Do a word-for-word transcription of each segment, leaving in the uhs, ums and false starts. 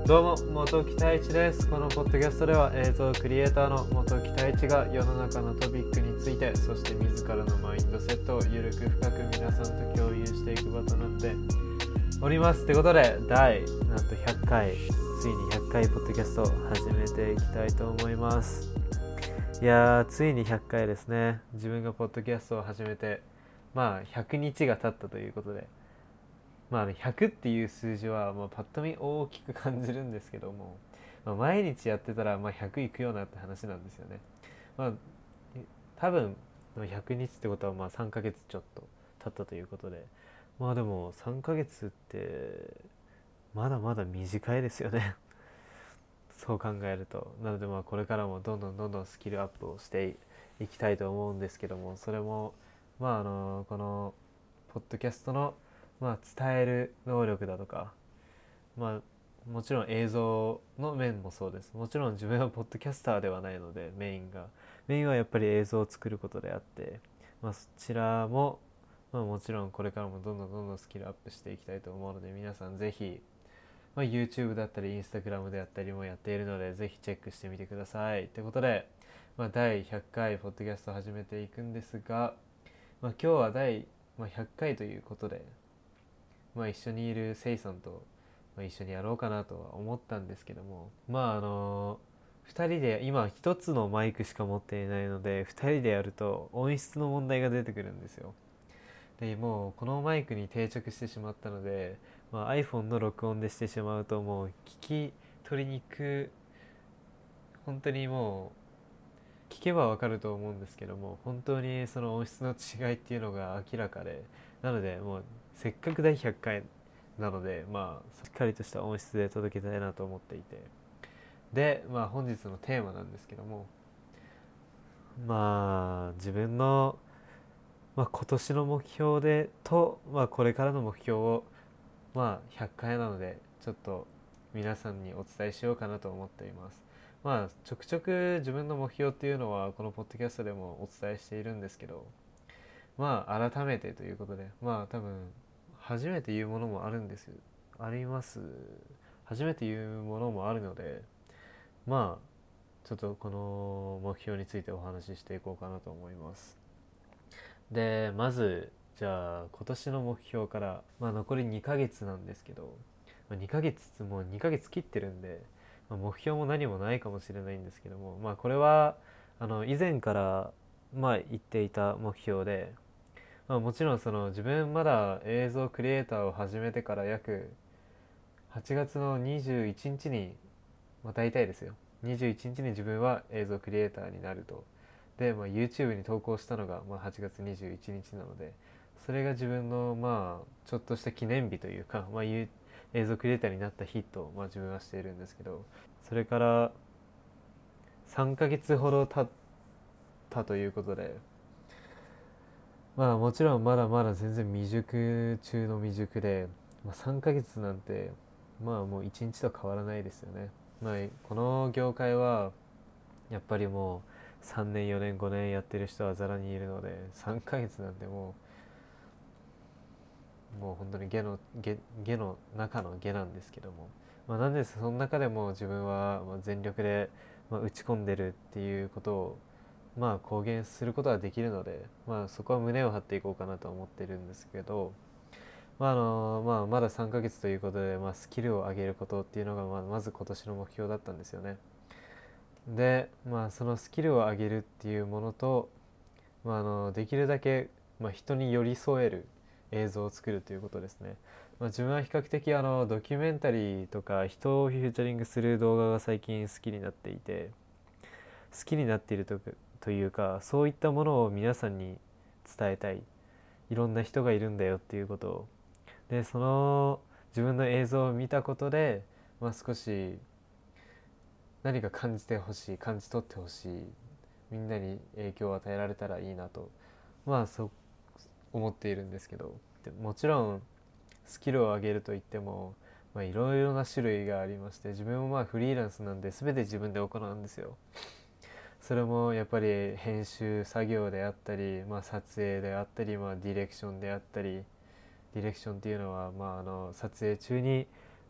どうも元木太一です。このポッドキャストでは映像クリエイターの元木太一が世の中のトピックについて、そして自らのマインドセットをゆるく深く皆さんと共有していく場となっております。ということで第なんとひゃっかい、ついにひゃっかいポッドキャストを始めていきたいと思います。いやーついにひゃっかいですね。自分がポッドキャストを始めてまあひゃくにちが経ったということで、まあ、ひゃくっていう数字はまあパッと見大きく感じるんですけども、まあ、毎日やってたらまあひゃくいくようなって話なんですよね。まあ多分ひゃくにちってことはまあさんかげつちょっと経ったということで、まあでもさんかげつってまだまだ短いですよねそう考えると。なのでまあこれからもどんどんどんどんスキルアップをしていきたいと思うんですけども、それもまああのこのポッドキャストのまあ伝える能力だとか、まあもちろん映像の面もそうです。もちろん自分はポッドキャスターではないので、メインがメインはやっぱり映像を作ることであって、まあそちらもまあもちろんこれからもどんどんどんどんスキルアップしていきたいと思うので、皆さんぜひまあ、YouTube だったり Instagram であったりもやっているので、ぜひチェックしてみてください。ということで、まあ、だいひゃっかいポッドキャストを始めていくんですが、まあ、今日は第、まあ、ひゃっかいということで、まあ、一緒にいるせいさんと、まあ、一緒にやろうかなとは思ったんですけども、まああのふたりで今ひとつのマイクしか持っていないので、ふたりでやると音質の問題が出てくるんですよ。でもうこのマイクに定着してしまったので、まあ、iPhone の録音でしてしまうともう聞き取りにく、本当にもう聞けばわかると思うんですけども、本当にその音質の違いっていうのが明らかで、なのでもうせっかくだいひゃっかいなので、まあしっかりとした音質で届けたいなと思っていて、でまあ本日のテーマなんですけども、まあ自分のまあ、今年の目標でと、まあ、これからの目標をまあひゃっかいなのでちょっと皆さんにお伝えしようかなと思っています。まあちょくちょく自分の目標っていうのはこのポッドキャストでもお伝えしているんですけど、まあ改めてということで、まあ多分初めて言うものもあるんですよあります初めて言うものもあるので、まあちょっとこの目標についてお話ししていこうかなと思います。でまずじゃあ今年の目標から、まあ、残りにかげつなんですけど、まあ、にかげつもうにかげつ切ってるんで、まあ、目標も何もないかもしれないんですけども、まあこれはあの以前からまあ言っていた目標で、まあ、もちろんその自分まだ映像クリエイターを始めてから約はちがつのにじゅういちにちに、まあ、大体ですよ、にじゅういちにちに自分は映像クリエイターになると。で、まあ、YouTube に投稿したのが、まあ、はちがつにじゅういちにちなので、それが自分のまあちょっとした記念日というか、まあ、映像クリエイターになった日と、まあ、自分はしているんですけど、それからさんかげつほど経ったということで、まあもちろんまだまだ全然未熟中の未熟で、まあ、さんかげつなんてまあもういちにちと変わらないですよね。まあこの業界はやっぱりもうさんねんよねんごねんやってる人はざらにいるので、さんかげつなんてもうもう本当に下の下下の中の下なんですけども、まあ、なんですその中でも自分はまあ全力でまあ打ち込んでるっていうことをまあ公言することはできるので、まあそこは胸を張っていこうかなと思ってるんですけど、まああのまあまださんかげつということで、まあ、スキルを上げることっていうのがまあまず今年の目標だったんですよね。で、まあ、そのスキルを上げるっていうものと、まあ、あのできるだけ、まあ、人に寄り添える映像を作るということですね。まあ、自分は比較的あのドキュメンタリーとか人をフューチャリングする動画が最近好きになっていて、好きになっているとというか、そういったものを皆さんに伝えたい、いろんな人がいるんだよっていうことを。でその自分の映像を見たことで、まあ、少し何か感じてほしい、感じ取ってほしい、みんなに影響を与えられたらいいなと、まあそう思っているんですけど、でもちろんスキルを上げるといってもいろいろな種類がありまして、自分もまあフリーランスなんで全て自分で行うんですよ。それもやっぱり編集作業であったり、まあ、撮影であったり、まあ、ディレクションであったり、ディレクションっていうのは、まあ、あの撮影中に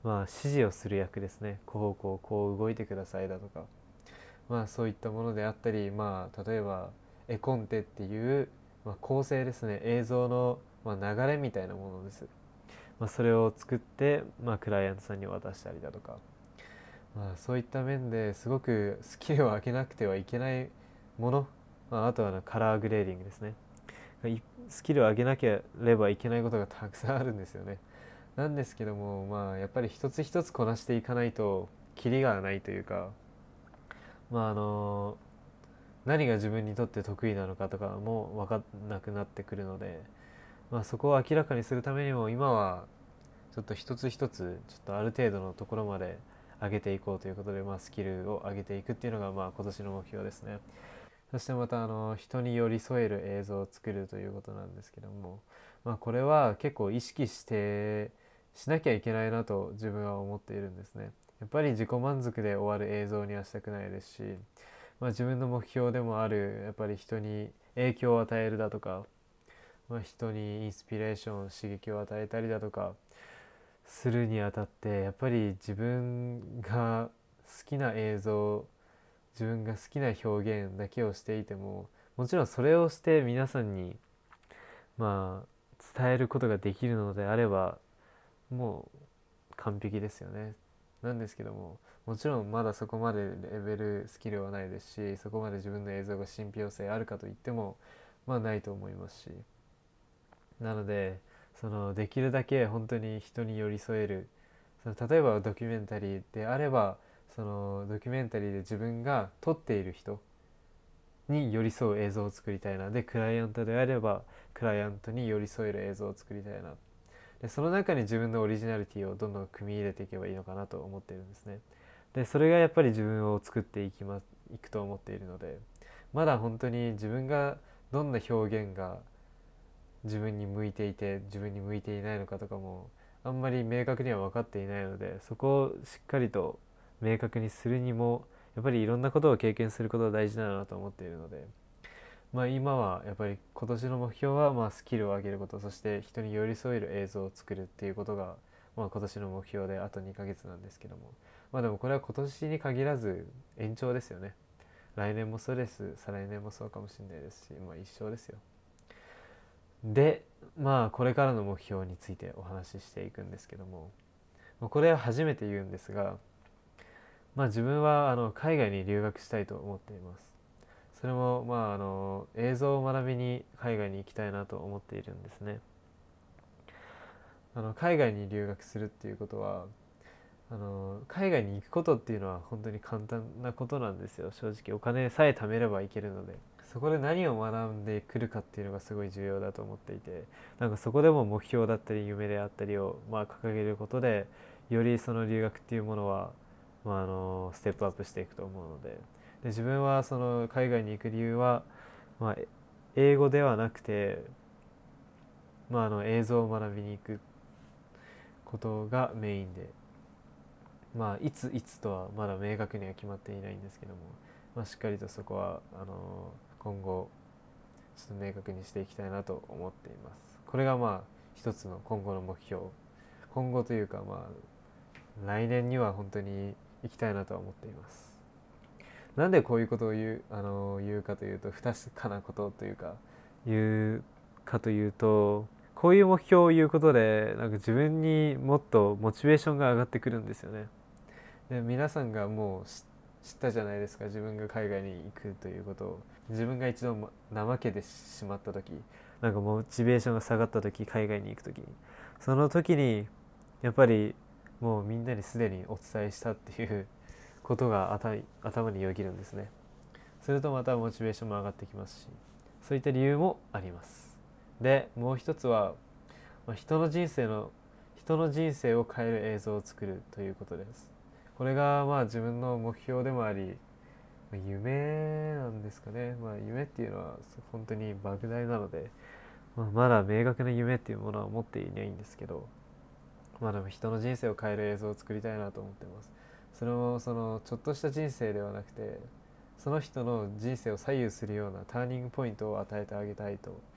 まあ指示をする役ですね。こうこうこう動いてくださいだとか、まあそういったものであったり、まあ例えば絵コンテっていう、まあ、構成ですね、映像の、まあ、流れみたいなものです。まあ、それを作って、まあ、クライアントさんに渡したりだとか、まあ、そういった面ですごくスキルを上げなくてはいけないもの、まあ、あとはカラーグレーディングですね。スキルを上げなければいけないことがたくさんあるんですよね。なんですけども、まあやっぱり一つ一つこなしていかないとキリがないというか、まああの何が自分にとって得意なのかとかも分かんなくなってくるので、まあ、そこを明らかにするためにも今はちょっと一つ一つちょっとある程度のところまで上げていこうということで、まあ、スキルを上げていくっていうのがまあ今年の目標ですね。そしてまたあの人に寄り添える映像を作るということなんですけども、まあ、これは結構意識してしなきゃいけないなと自分は思っているんですね。やっぱり自己満足で終わる映像にはしたくないですし、まあ、自分の目標でもあるやっぱり人に影響を与えるだとか、まあ、人にインスピレーション刺激を与えたりだとかするにあたって、やっぱり自分が好きな映像、自分が好きな表現だけをしていても、もちろんそれをして皆さんにまあ伝えることができるのであればもう完璧ですよね。なんですけども、もちろんまだそこまでレベルスキルはないですし、そこまで自分の映像が信憑性あるかといってもまあないと思いますし、なのでそのできるだけ本当に人に寄り添える、その例えばドキュメンタリーであれば、そのドキュメンタリーで自分が撮っている人に寄り添う映像を作りたいな、でクライアントであればクライアントに寄り添える映像を作りたいな、でその中に自分のオリジナリティをどんどん組み入れていけばいいのかなと思っているんですね。でそれがやっぱり自分を作っていきますいくと思っているので、まだ本当に自分がどんな表現が自分に向いていて自分に向いていないのかとかもあんまり明確には分かっていないので、そこをしっかりと明確にするにもやっぱりいろんなことを経験することが大事だなと思っているので、まあ、今はやっぱり今年の目標はまあスキルを上げること、そして人に寄り添える映像を作るっていうことがまあ今年の目標で、あとにかげつなんですけども、まあでもこれは今年に限らず延長ですよね。来年もそうです、再来年もそうかもしれないですし、まあ一生ですよ。でまあこれからの目標についてお話ししていくんですけども、これは初めて言うんですが、まあ自分はあの海外に留学したいと思っています。それもまああの映像を学びに海外に行きたいなと思っているんですね。あの海外に留学するっていうことは、あの海外に行くことっていうのは本当に簡単なことなんですよ。正直お金さえ貯めれば行けるので、そこで何を学んでくるかっていうのがすごい重要だと思っていて、なんかそこでも目標だったり夢であったりをまあ掲げることで、よりその留学っていうものは、まあ、あのステップアップしていくと思うので、で自分はその海外に行く理由は、まあ、英語ではなくて、まあ、あの映像を学びに行くことがメインで、まあ、いついつとはまだ明確には決まっていないんですけども、まあ、しっかりとそこはあの今後ちょっと明確にしていきたいなと思っています。これがまあ一つの今後の目標、今後というかまあ来年には本当に行きたいなとは思っています。なんでこういうことを言う、あの言うかというと、不確かなことというか言うかというと、こういう目標を言うことでなんか自分にもっとモチベーションが上がってくるんですよね。で皆さんがもう知ったじゃないですか、自分が海外に行くということを。自分が一度怠けてしまった時、なんかモチベーションが下がった時、海外に行く時に、その時にやっぱりもうみんなにすでにお伝えしたっていうことが頭によぎるんですね。するとまたモチベーションも上がってきますし、そういった理由もあります。でもう一つは、まあ、人の人生の人の人生を変える映像を作るということです。これがまあ自分の目標でもあり、夢なんですかね。まあ夢っていうのは本当に莫大なので、まあ、まだ明確な夢っていうものは持っていないんですけど、まあでも人の人生を変える映像を作りたいなと思ってます。それもそのちょっとした人生ではなくて、その人の人生を左右するようなターニングポイントを与えてあげたいと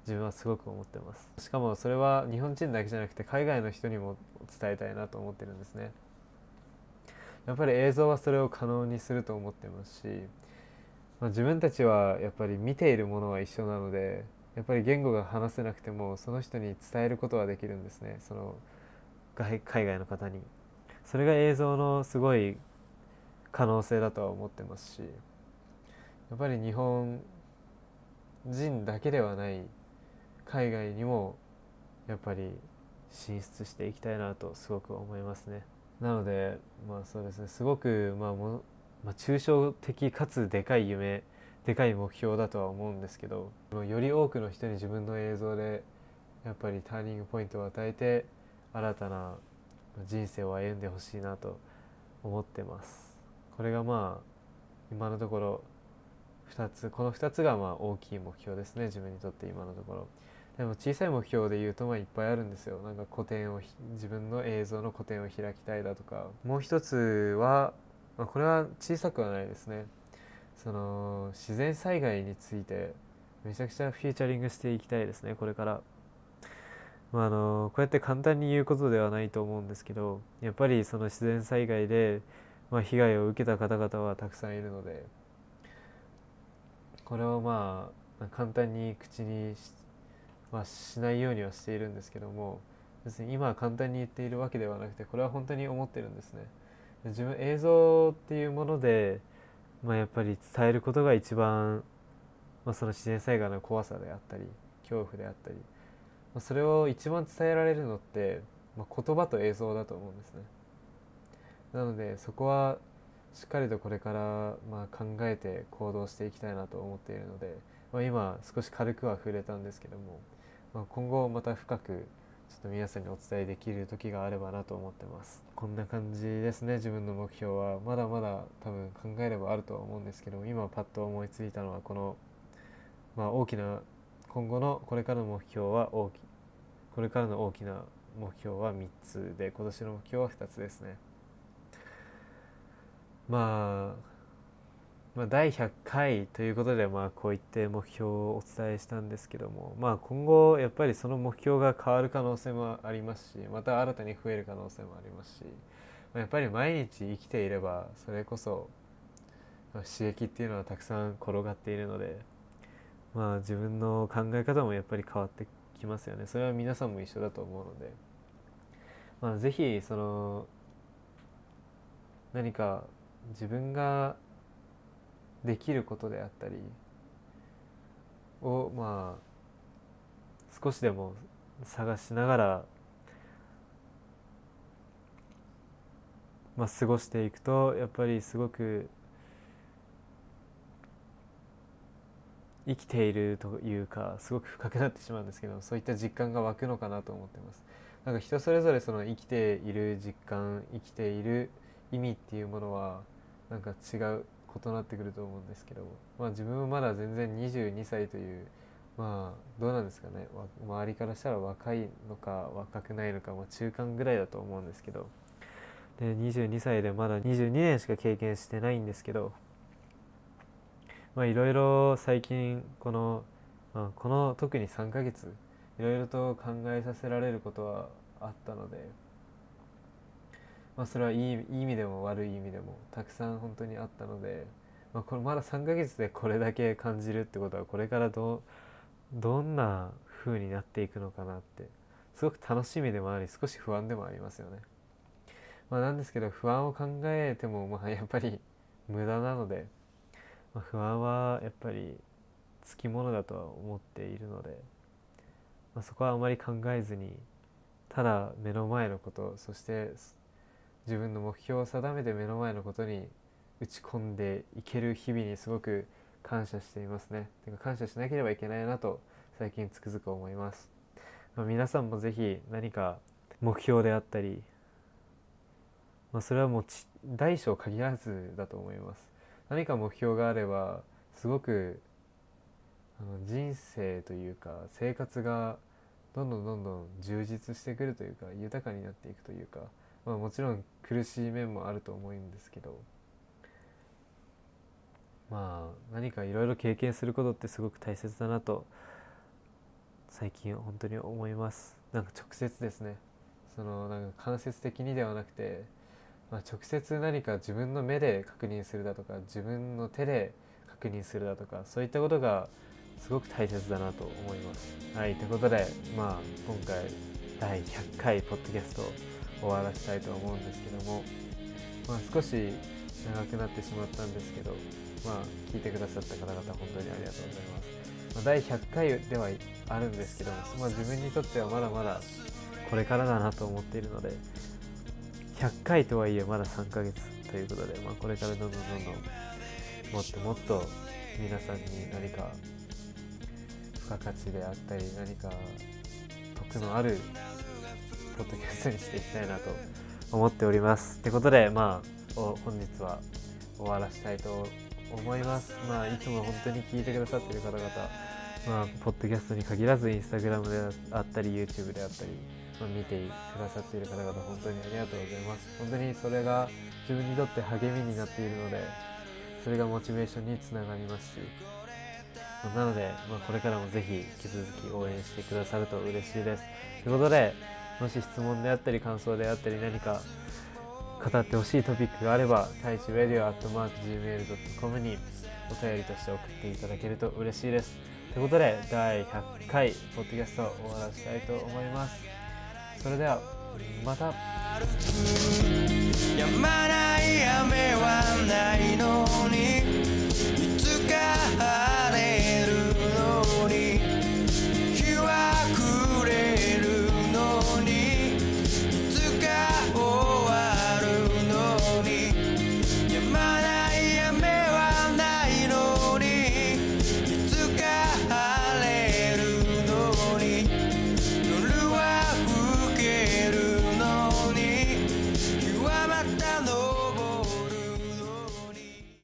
自分はすごく思ってます。しかもそれは日本人だけじゃなくて海外の人にも伝えたいなと思ってるんですね。やっぱり映像はそれを可能にすると思ってますし、まあ、自分たちはやっぱり見ているものは一緒なので、やっぱり言語が話せなくてもその人に伝えることはできるんですね、その海外の方に。それが映像のすごい可能性だとは思ってますし、やっぱり日本人だけではない海外にもやっぱり進出していきたいなとすごく思いますね。なのでまあそうですね、すごくまあも、まあ、抽象的かつでかい夢、でかい目標だとは思うんですけど、より多くの人に自分の映像でやっぱりターニングポイントを与えて新たな人生を歩んでほしいなと思ってます。これがまあ今のところふたつ、このふたつがまあ大きい目標ですね、自分にとって今のところ。でも小さい目標で言うとまあいっぱいあるんですよ。なんか個展を、自分の映像の個展を開きたいだとか、もう一つは、まあ、これは小さくはないですね。その自然災害についてめちゃくちゃフィーチャリングしていきたいですね、これから。まあ、あのこうやって簡単に言うことではないと思うんですけど、やっぱりその自然災害で、まあ、被害を受けた方々はたくさんいるので、これをまあ簡単に口に し,、まあ、しないようにはしているんですけども、別に今は簡単に言っているわけではなくて、これは本当に思ってるんですね。自分映像っていうもので、まあ、やっぱり伝えることが一番、まあ、その自然災害の怖さであったり恐怖であったり、まあ、それを一番伝えられるのって、まあ、言葉と映像だと思うんですね。なのでそこはしっかりとこれからまあ考えて行動していきたいなと思っているので、まあ、今少し軽くは触れたんですけども、まあ、今後また深くちょっと皆さんにお伝えできる時があればなと思ってます。こんな感じですね。自分の目標はまだまだ多分考えればあるとは思うんですけど、今パッと思いついたのはこの、まあ、大きな今後のこれからの目標は大きこれからの大きな目標はみっつで、今年の目標はふたつですね。まあまあ、だいひゃっかいということで、まあ、こういって目標をお伝えしたんですけども、まあ、今後やっぱりその目標が変わる可能性もありますし、また新たに増える可能性もありますし、まあ、やっぱり毎日生きていればそれこそ刺激っていうのはたくさん転がっているので、まあ、自分の考え方もやっぱり変わってきますよね。それは皆さんも一緒だと思うので、まあ、ぜひその何か自分ができることであったりをまあ少しでも探しながら、まあ、過ごしていくとやっぱりすごく生きているというか、すごく深くなってしまうんですけど、そういった実感が湧くのかなと思ってます。なんか人それぞれその生きている実感、生きている意味っていうものはなんか違う異なってくると思うんですけど、まあ自分はまだ全然にじゅうにさいという、まあどうなんですかね、周りからしたら若いのか若くないのか、まあ、中間ぐらいだと思うんですけど、でにじゅうにさいでまだにじゅうにねんしか経験してないんですけど、まあいろいろ最近この、まあ、この特にさんかげついろいろと考えさせられることはあったので、まあ、それはいい、いい意味でも悪い意味でもたくさん本当にあったので、まあ、これまださんかげつでこれだけ感じるってことは、これからどどんな風になっていくのかなってすごく楽しみでもあり、少し不安でもありますよね。まあ、なんですけど不安を考えてもまあやっぱり無駄なので、まあ、不安はやっぱりつきものだとは思っているので、まあ、そこはあまり考えずに、ただ目の前のこと、そして自分の目標を定めて目の前のことに打ち込んでいける日々にすごく感謝していますね。てか感謝しなければいけないなと最近つくづく思います。まあ、皆さんもぜひ何か目標であったり、まあ、それはもう大小限らずだと思います。何か目標があればすごくあの人生というか生活がどんどんどんどん充実してくるというか、豊かになっていくというか、まあ、もちろん苦しい面もあると思うんですけど、まあ何かいろいろ経験することってすごく大切だなと最近本当に思います。なんか直接ですね、そのなんか間接的にではなくて、まあ、直接何か自分の目で確認するだとか自分の手で確認するだとか、そういったことがすごく大切だなと思います。はい、ということで、まあ、今回だいひゃっかいポッドキャストを終わらせたいと思うんですけども、まあ、少し長くなってしまったんですけど、まあ、聞いてくださった方々本当にありがとうございます。まあ、だいひゃっかいではあるんですけども、まあ、自分にとってはまだまだこれからだなと思っているので、ひゃっかいとはいえまださんかげつということで、まあ、これからどんどんどんどんもっともっと皆さんに何か付加価値であったり何か得のあるポッドキャストにしていきたいなと思っております。ってことで、まあ、本日は終わらせたいと思います。まあ、いつも本当に聞いてくださっている方々、まあ、ポッドキャストに限らずインスタグラムであったり YouTube であったり、まあ、見てくださっている方々本当にありがとうございます。本当にそれが自分にとって励みになっているので、それがモチベーションにつながりますし、なので、まあ、これからもぜひ引き続き応援してくださると嬉しいです。ということで、もし質問であったり感想であったり何か語ってほしいトピックがあれば、太一 ラディオ アットマーク ジーメール ドット コム にお便りとして送っていただけると嬉しいです。ということで、だいひゃっかいポッドキャストを終わらせたいと思います。それではまた。 止まない雨はないのに